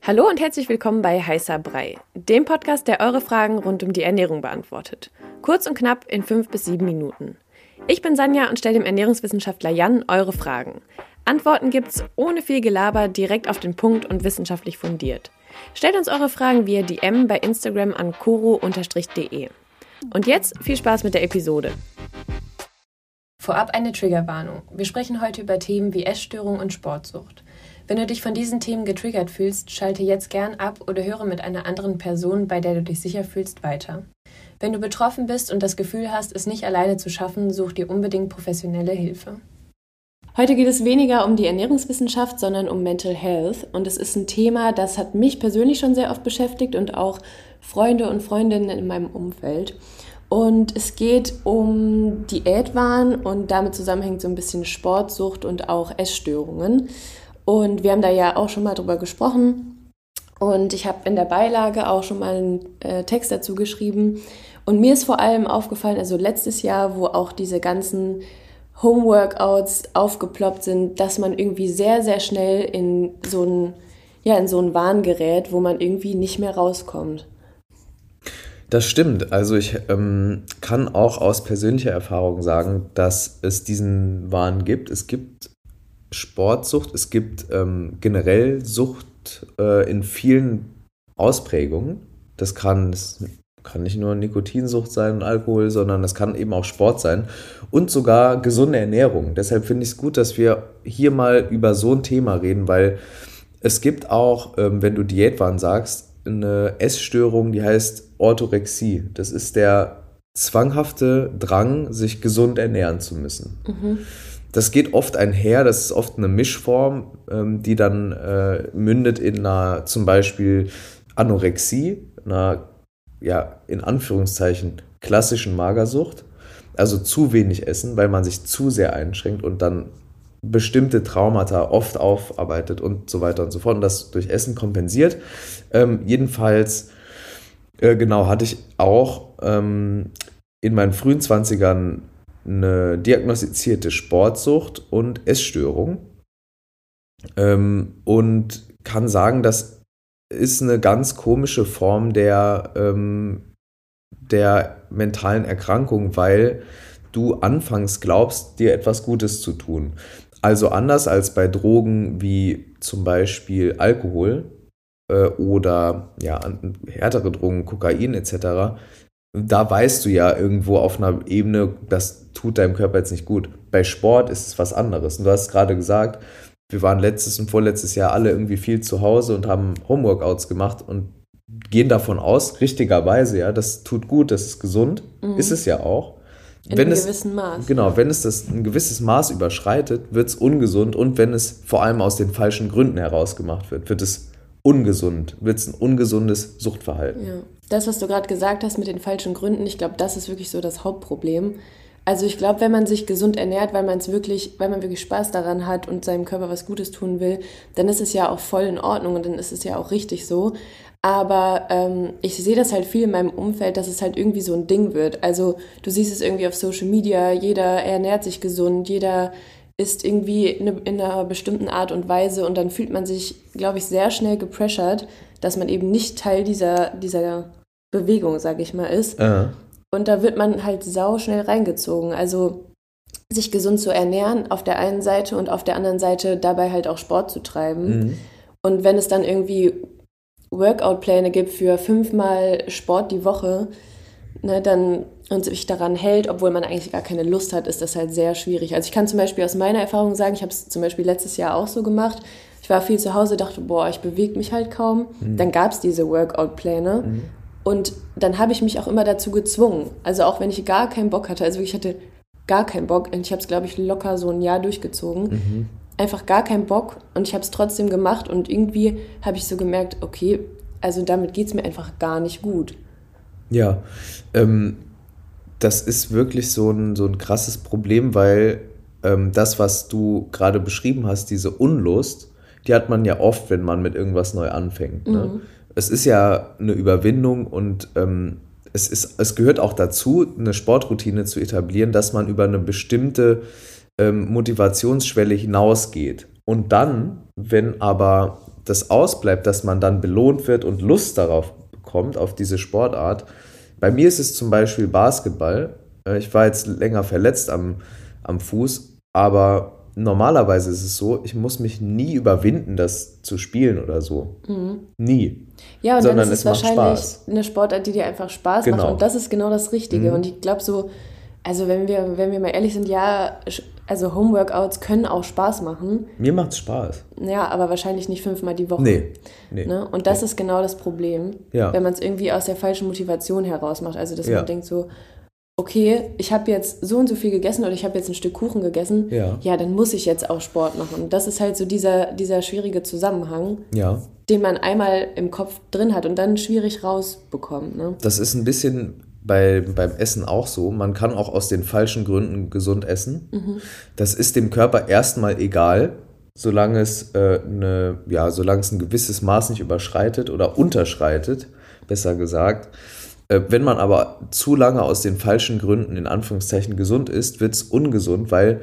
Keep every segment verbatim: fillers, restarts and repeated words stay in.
Hallo und herzlich willkommen bei Heißer Brei, dem Podcast, der eure Fragen rund um die Ernährung beantwortet. Kurz und knapp in fünf bis sieben Minuten. Ich bin Sanja und stelle dem Ernährungswissenschaftler Jan eure Fragen. Antworten gibt's ohne viel Gelaber, direkt auf den Punkt und wissenschaftlich fundiert. Stellt uns eure Fragen via D M bei Instagram an koro Bindestrich de. Und jetzt viel Spaß mit der Episode. Vorab eine Triggerwarnung. Wir sprechen heute über Themen wie Essstörung und Sportsucht. Wenn du dich von diesen Themen getriggert fühlst, schalte jetzt gern ab oder höre mit einer anderen Person, bei der du dich sicher fühlst, weiter. Wenn du betroffen bist und das Gefühl hast, es nicht alleine zu schaffen, such dir unbedingt professionelle Hilfe. Heute geht es weniger um die Ernährungswissenschaft, sondern um Mental Health. Und es ist ein Thema, das hat mich persönlich schon sehr oft beschäftigt und auch Freunde und Freundinnen in meinem Umfeld. Und es geht um Diätwahn und damit zusammenhängt so ein bisschen Sportsucht und auch Essstörungen. Und wir haben da ja auch schon mal drüber gesprochen und ich habe in der Beilage auch schon mal einen äh, Text dazu geschrieben. Und mir ist vor allem aufgefallen, also letztes Jahr, wo auch diese ganzen Homeworkouts aufgeploppt sind, dass man irgendwie sehr, sehr schnell in so einen, ja, in so einen Wahn gerät, wo man irgendwie nicht mehr rauskommt. Das stimmt. Also ich ähm, kann auch aus persönlicher Erfahrung sagen, dass es diesen Wahn gibt. Es gibt Sportsucht, es gibt ähm, generell Sucht äh, in vielen Ausprägungen. Das kann, das kann nicht nur Nikotinsucht sein und Alkohol, sondern das kann eben auch Sport sein und sogar gesunde Ernährung. Deshalb finde ich es gut, dass wir hier mal über so ein Thema reden, weil es gibt auch, ähm, wenn du Diätwahn sagst, eine Essstörung, die heißt Orthorexie. Das ist der zwanghafte Drang, sich gesund ernähren zu müssen. Mhm. Das geht oft einher, das ist oft eine Mischform, ähm, die dann äh, mündet in einer zum Beispiel Anorexie, einer, ja, in Anführungszeichen klassischen Magersucht, also zu wenig essen, weil man sich zu sehr einschränkt und dann bestimmte Traumata oft aufarbeitet und so weiter und so fort und das durch Essen kompensiert. Ähm, jedenfalls, äh, genau, hatte ich auch ähm, in meinen frühen Zwanzigern eine diagnostizierte Sportsucht und Essstörung ähm, und kann sagen, das ist eine ganz komische Form der, ähm, der mentalen Erkrankung, weil du anfangs glaubst, dir etwas Gutes zu tun. Also anders als bei Drogen wie zum Beispiel Alkohol äh, oder ja, härtere Drogen, Kokain et cetera, da weißt du ja irgendwo auf einer Ebene, das tut deinem Körper jetzt nicht gut. Bei Sport ist es was anderes. Und du hast gerade gesagt, wir waren letztes und vorletztes Jahr alle irgendwie viel zu Hause und haben Homeworkouts gemacht und gehen davon aus, richtigerweise, ja, das tut gut, das ist gesund. Mhm. Ist es ja auch. In wenn einem es, gewissen Maß. Genau, wenn es das ein gewisses Maß überschreitet, wird es ungesund und wenn es vor allem aus den falschen Gründen heraus gemacht wird, wird es ungesund, wird es ein ungesundes Suchtverhalten. Ja. Das, was du gerade gesagt hast mit den falschen Gründen, ich glaube, das ist wirklich so das Hauptproblem. Also ich glaube, wenn man sich gesund ernährt, weil man es wirklich, weil man wirklich Spaß daran hat und seinem Körper was Gutes tun will, dann ist es ja auch voll in Ordnung und dann ist es ja auch richtig so. Aber ähm, ich sehe das halt viel in meinem Umfeld, dass es halt irgendwie so ein Ding wird. Also du siehst es irgendwie auf Social Media, jeder ernährt sich gesund, jeder ist irgendwie in einer bestimmten Art und Weise und dann fühlt man sich, glaube ich, sehr schnell gepressured, dass man eben nicht Teil dieser, dieser Bewegung, sage ich mal, ist. Uh-huh. Und da wird man halt sau schnell reingezogen. Also sich gesund zu ernähren auf der einen Seite und auf der anderen Seite dabei halt auch Sport zu treiben. Mhm. Und wenn es dann irgendwie Workout-Pläne gibt für fünfmal Sport die Woche, ne, dann und sich daran hält, obwohl man eigentlich gar keine Lust hat, ist das halt sehr schwierig. Also ich kann zum Beispiel aus meiner Erfahrung sagen, ich habe es zum Beispiel letztes Jahr auch so gemacht. Ich war viel zu Hause, dachte, boah, ich bewege mich halt kaum. Mhm. Dann gab es diese Workout-Pläne. Mhm. Und dann habe ich mich auch immer dazu gezwungen. Also auch wenn ich gar keinen Bock hatte, also ich hatte gar keinen Bock. Und ich habe es, glaube ich, locker so ein Jahr durchgezogen. Mhm. Einfach gar keinen Bock. Und ich habe es trotzdem gemacht. Und irgendwie habe ich so gemerkt, okay, also damit geht es mir einfach gar nicht gut. Ja, ähm, das ist wirklich so ein, so ein krasses Problem, weil ähm, das, was du gerade beschrieben hast, diese Unlust, die hat man ja oft, wenn man mit irgendwas neu anfängt. Ne? Mhm. Es ist ja eine Überwindung und ähm, es, ist, es gehört auch dazu, eine Sportroutine zu etablieren, dass man über eine bestimmte ähm, Motivationsschwelle hinausgeht. Und dann, wenn aber das ausbleibt, dass man dann belohnt wird und Lust darauf bekommt, auf diese Sportart. Bei mir ist es zum Beispiel Basketball. Ich war jetzt länger verletzt am, am Fuß, aber normalerweise ist es so, ich muss mich nie überwinden, das zu spielen oder so. Mhm. Nie. Ja, und Sondern dann ist es, es wahrscheinlich Spaß. Eine Sportart, die dir einfach Spaß genau. macht. Und das ist genau das Richtige. Mhm. Und ich glaube so, also wenn wir, wenn wir mal ehrlich sind, ja, also Homeworkouts können auch Spaß machen. Mir macht's Spaß. Ja, aber wahrscheinlich nicht fünfmal die Woche. Nee. nee ne? Und das nee. ist genau das Problem, ja. wenn man es irgendwie aus der falschen Motivation heraus macht. Also dass ja. man denkt so, okay, ich habe jetzt so und so viel gegessen oder ich habe jetzt ein Stück Kuchen gegessen, ja. ja, dann muss ich jetzt auch Sport machen. Und das ist halt so dieser, dieser schwierige Zusammenhang, ja. den man einmal im Kopf drin hat und dann schwierig rausbekommt. Ne? Das ist ein bisschen bei, beim Essen auch so. Man kann auch aus den falschen Gründen gesund essen. Mhm. Das ist dem Körper erstmal egal, solange es, äh, eine, ja, solange es ein gewisses Maß nicht überschreitet oder unterschreitet, besser gesagt. Wenn man aber zu lange aus den falschen Gründen, in Anführungszeichen, gesund isst, wird es ungesund, weil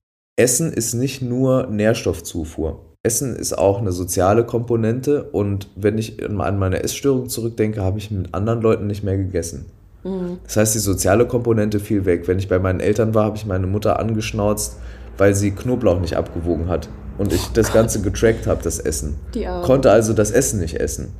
Essen ist nicht nur Nährstoffzufuhr. Essen ist auch eine soziale Komponente und wenn ich an meine Essstörung zurückdenke, habe ich mit anderen Leuten nicht mehr gegessen. Mhm. Das heißt, die soziale Komponente fiel weg. Wenn ich bei meinen Eltern war, habe ich meine Mutter angeschnauzt, weil sie Knoblauch nicht abgewogen hat und ich das Ganze getrackt habe, das Essen. Die auch. Konnte also das Essen nicht essen.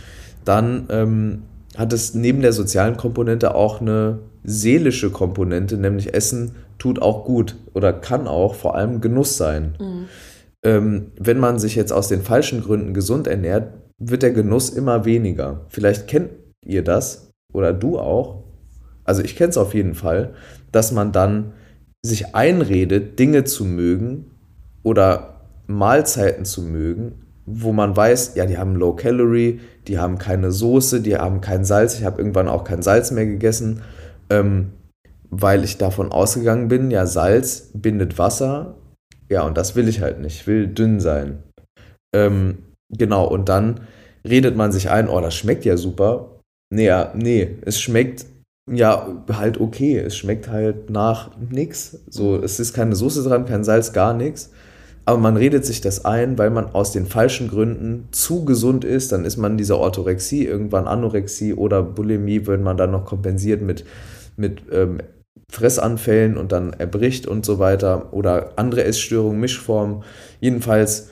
Dann ähm, hat es neben der sozialen Komponente auch eine seelische Komponente, nämlich Essen tut auch gut oder kann auch vor allem Genuss sein. Mhm. Ähm, wenn man sich jetzt aus den falschen Gründen gesund ernährt, wird der Genuss immer weniger. Vielleicht kennt ihr das oder du auch, also ich kenne es auf jeden Fall, dass man dann sich einredet, Dinge zu mögen oder Mahlzeiten zu mögen, wo man weiß, ja, die haben Low Calorie, die haben keine Soße, die haben kein Salz. Ich habe irgendwann auch kein Salz mehr gegessen, ähm, weil ich davon ausgegangen bin, ja, Salz bindet Wasser. Ja, und das will ich halt nicht. Ich will dünn sein. Ähm, genau, und dann redet man sich ein, oh, das schmeckt ja super. Nee, ja, nee, es schmeckt ja halt okay. Es schmeckt halt nach nix. So, es ist keine Soße dran, kein Salz, gar nichts. Aber man redet sich das ein, weil man aus den falschen Gründen zu gesund ist. Dann ist man in dieser Orthorexie, irgendwann Anorexie oder Bulimie, wenn man dann noch kompensiert mit, mit ähm, Fressanfällen und dann erbricht und so weiter. Oder andere Essstörungen, Mischformen. Jedenfalls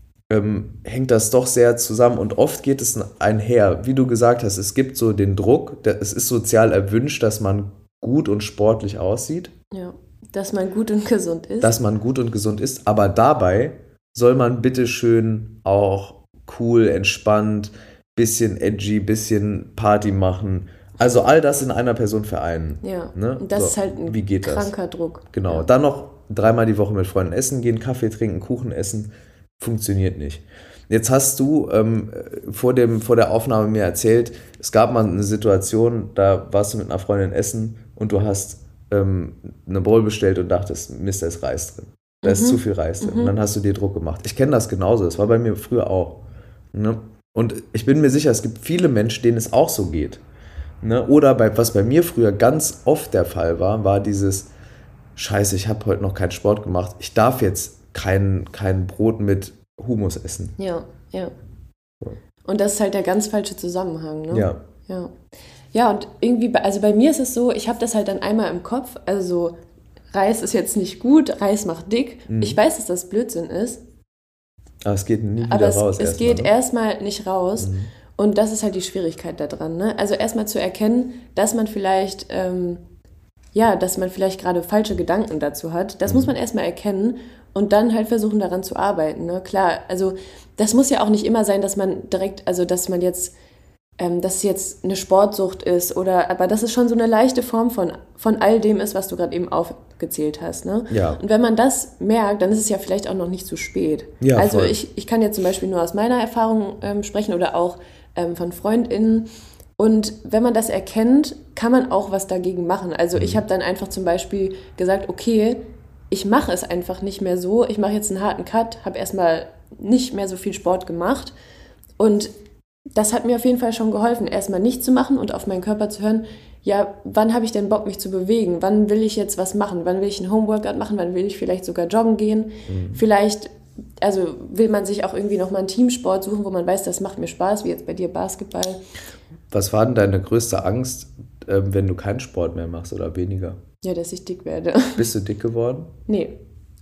ähm, hängt das doch sehr zusammen. Und oft geht es einher. Wie du gesagt hast, es gibt so den Druck, der, es ist sozial erwünscht, dass man gut und sportlich aussieht. Ja. Dass man gut und gesund ist. Dass man gut und gesund ist, aber dabei soll man bitteschön auch cool, entspannt, bisschen edgy, bisschen Party machen. Also all das in einer Person vereinen. Ja, ne? Und das so, ist halt ein wie geht kranker das? Druck. Genau, ja. Dann noch dreimal die Woche mit Freunden essen gehen, Kaffee trinken, Kuchen essen, funktioniert nicht. Jetzt hast du ähm, vor, dem, vor der Aufnahme mir erzählt, es gab mal eine Situation, da warst du mit einer Freundin essen und du hast eine Bowl bestellt und dachtest, Mist, da ist Reis drin. Da mhm. ist zu viel Reis drin. Mhm. Und dann hast du dir Druck gemacht. Ich kenne das genauso. Das war bei mir früher auch. Ne? Und ich bin mir sicher, es gibt viele Menschen, denen es auch so geht. Ne? Oder bei, was bei mir früher ganz oft der Fall war, war dieses Scheiße, ich habe heute noch keinen Sport gemacht. Ich darf jetzt kein, kein Brot mit Hummus essen. Ja, ja. So. Und das ist halt der ganz falsche Zusammenhang. Ne? Ja. Ja. Ja, und irgendwie, also bei mir ist es so, ich habe das halt dann einmal im Kopf, also Reis ist jetzt nicht gut, Reis macht dick. Mhm. Ich weiß, dass das Blödsinn ist. Aber es geht nie wieder aber es, raus. es erstmal, geht ne? erstmal nicht raus. Mhm. Und das ist halt die Schwierigkeit daran. Ne? Also erstmal zu erkennen, dass man vielleicht, ähm, ja, dass man vielleicht gerade falsche Gedanken dazu hat. Das mhm. muss man erstmal erkennen und dann halt versuchen, daran zu arbeiten. Ne? Klar, also das muss ja auch nicht immer sein, dass man direkt, also dass man jetzt dass es jetzt eine Sportsucht ist, oder aber dass es schon so eine leichte Form von, von all dem ist, was du gerade eben aufgezählt hast. Ne? Ja. Und wenn man das merkt, dann ist es ja vielleicht auch noch nicht zu spät. Ja, also voll. ich, ich kann jetzt zum Beispiel nur aus meiner Erfahrung ähm, sprechen oder auch ähm, von FreundInnen. Und wenn man das erkennt, kann man auch was dagegen machen. Also mhm. ich habe dann einfach zum Beispiel gesagt, okay, ich mache es einfach nicht mehr so. Ich mache jetzt einen harten Cut, habe erstmal nicht mehr so viel Sport gemacht und das hat mir auf jeden Fall schon geholfen, erstmal nicht zu machen und auf meinen Körper zu hören, ja, wann habe ich denn Bock, mich zu bewegen? Wann will ich jetzt was machen? Wann will ich einen Homeworkout machen? Wann will ich vielleicht sogar joggen gehen? Mhm. Vielleicht also will man sich auch irgendwie nochmal einen Teamsport suchen, wo man weiß, das macht mir Spaß, wie jetzt bei dir Basketball. Was war denn deine größte Angst, äh, wenn du keinen Sport mehr machst oder weniger? Ja, dass ich dick werde. Bist du dick geworden? Nee.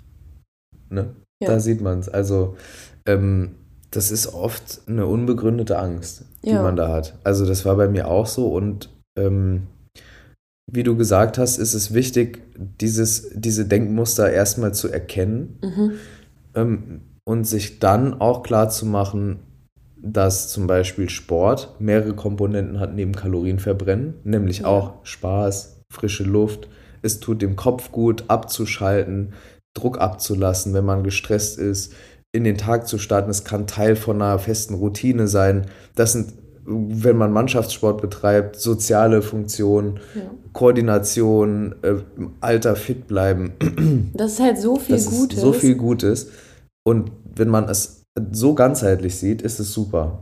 Ne? Ja. Da sieht man es. Also ähm, das ist oft eine unbegründete Angst, die Ja. man da hat. Also das war bei mir auch so und ähm, wie du gesagt hast, ist es wichtig, dieses, diese Denkmuster erstmal zu erkennen Mhm. ähm, und sich dann auch klar zu machen, dass zum Beispiel Sport mehrere Komponenten hat neben Kalorienverbrennen, nämlich Ja. auch Spaß, frische Luft. Es tut dem Kopf gut, abzuschalten, Druck abzulassen, wenn man gestresst ist, in den Tag zu starten. Es kann Teil von einer festen Routine sein. Das sind, wenn man Mannschaftssport betreibt, soziale Funktionen, Ja. Koordination, äh, im Alter fit bleiben. Das ist halt so viel Das Gutes. ist so viel Gutes. Und wenn man es so ganzheitlich sieht, ist es super.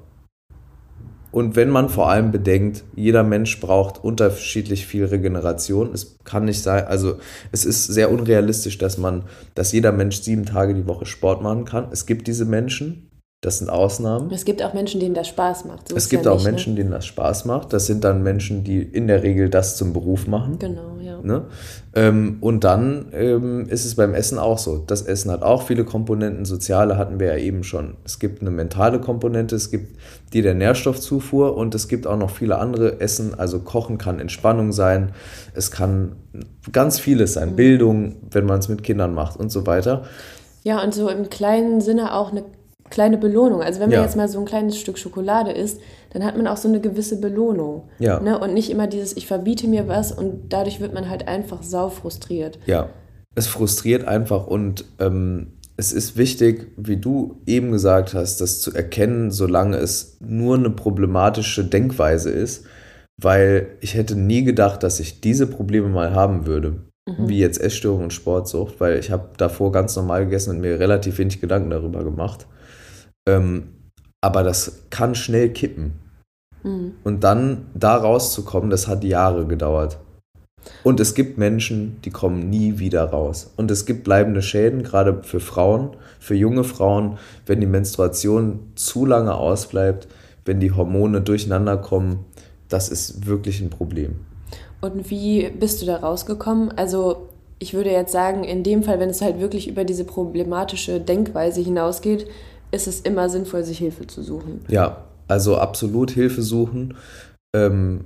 Und wenn man vor allem bedenkt, jeder Mensch braucht unterschiedlich viel Regeneration. Es kann nicht sein, also es ist sehr unrealistisch, dass man, dass jeder Mensch sieben Tage die Woche Sport machen kann. Es gibt diese Menschen, das sind Ausnahmen. Es gibt auch Menschen, denen das Spaß macht. So Es ist gibt ja auch nicht, Menschen, ne? denen das Spaß macht. Das sind dann Menschen, die in der Regel das zum Beruf machen. Genau, ja. Ne? Ähm, und dann ähm, ist es beim Essen auch so. Das Essen hat auch viele Komponenten. Soziale hatten wir ja eben schon. Es gibt eine mentale Komponente, es gibt die der Nährstoffzufuhr und es gibt auch noch viele andere Essen. Also Kochen kann Entspannung sein, es kann ganz vieles sein. Mhm. Bildung, wenn man es mit Kindern macht und so weiter. Ja, und so im kleinen Sinne auch eine kleine Belohnung. Also wenn man Ja. jetzt mal so ein kleines Stück Schokolade isst, dann hat man auch so eine gewisse Belohnung. Ja. Ne? Und nicht immer dieses, ich verbiete mir was und dadurch wird man halt einfach sau frustriert. Ja, es frustriert einfach und ähm, es ist wichtig, wie du eben gesagt hast, das zu erkennen, solange es nur eine problematische Denkweise ist, weil ich hätte nie gedacht, dass ich diese Probleme mal haben würde, Mhm. wie jetzt Essstörung und Sportsucht, weil ich habe davor ganz normal gegessen und mir relativ wenig Gedanken darüber gemacht. Ähm, aber das kann schnell kippen. Mhm. Und dann da rauszukommen, das hat Jahre gedauert. Und es gibt Menschen, die kommen nie wieder raus. Und es gibt bleibende Schäden, gerade für Frauen, für junge Frauen, wenn die Menstruation zu lange ausbleibt, wenn die Hormone durcheinander kommen. Das ist wirklich ein Problem. Und wie bist du da rausgekommen? Also ich würde jetzt sagen, in dem Fall, wenn es halt wirklich über diese problematische Denkweise hinausgeht, ist es immer sinnvoll, sich Hilfe zu suchen. Ja, also absolut Hilfe suchen. Ähm,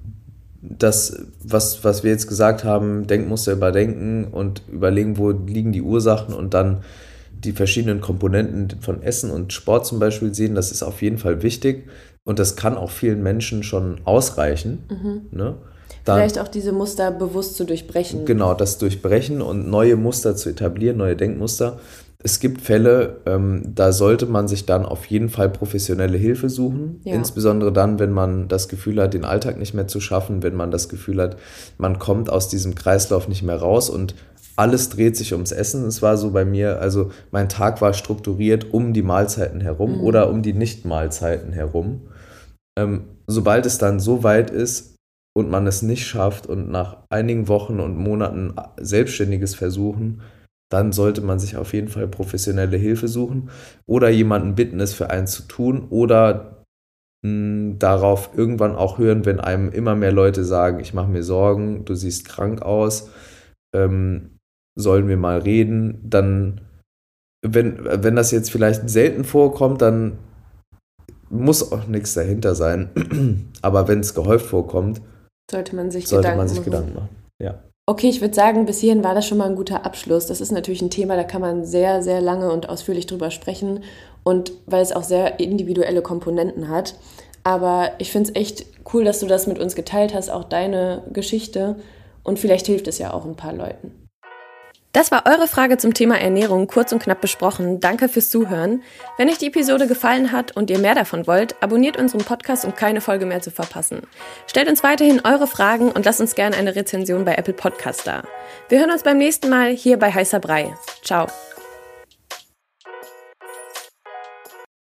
das, was, was wir jetzt gesagt haben, Denkmuster überdenken und überlegen, wo liegen die Ursachen und dann die verschiedenen Komponenten von Essen und Sport zum Beispiel sehen, das ist auf jeden Fall wichtig und das kann auch vielen Menschen schon ausreichen. Mhm. Ne? Dann, Vielleicht auch diese Muster bewusst zu durchbrechen. Genau, das Durchbrechen und neue Muster zu etablieren, neue Denkmuster. Es gibt Fälle, ähm, da sollte man sich dann auf jeden Fall professionelle Hilfe suchen. Ja. Insbesondere dann, wenn man das Gefühl hat, den Alltag nicht mehr zu schaffen, wenn man das Gefühl hat, man kommt aus diesem Kreislauf nicht mehr raus und alles dreht sich ums Essen. Es war so bei mir, also mein Tag war strukturiert um die Mahlzeiten herum Mhm. oder um die Nicht-Mahlzeiten herum. Ähm, sobald es dann so weit ist und man es nicht schafft und nach einigen Wochen und Monaten selbstständiges Versuchen, dann sollte man sich auf jeden Fall professionelle Hilfe suchen oder jemanden bitten, es für einen zu tun oder mh, darauf irgendwann auch hören, wenn einem immer mehr Leute sagen, ich mache mir Sorgen, du siehst krank aus, ähm, sollen wir mal reden, dann, wenn, wenn das jetzt vielleicht selten vorkommt, dann muss auch nichts dahinter sein, aber wenn es gehäuft vorkommt, Sollte man sich sollte Gedanken man sich machen. Gedanken machen. Ja. Okay, ich würde sagen, bis hierhin war das schon mal ein guter Abschluss. Das ist natürlich ein Thema, da kann man sehr, sehr lange und ausführlich drüber sprechen und weil es auch sehr individuelle Komponenten hat. Aber ich finde es echt cool, dass du das mit uns geteilt hast, auch deine Geschichte und vielleicht hilft es ja auch ein paar Leuten. Das war eure Frage zum Thema Ernährung, kurz und knapp besprochen. Danke fürs Zuhören. Wenn euch die Episode gefallen hat und ihr mehr davon wollt, abonniert unseren Podcast, um keine Folge mehr zu verpassen. Stellt uns weiterhin eure Fragen und lasst uns gerne eine Rezension bei Apple Podcast da. Wir hören uns beim nächsten Mal hier bei Heißer Brei. Ciao.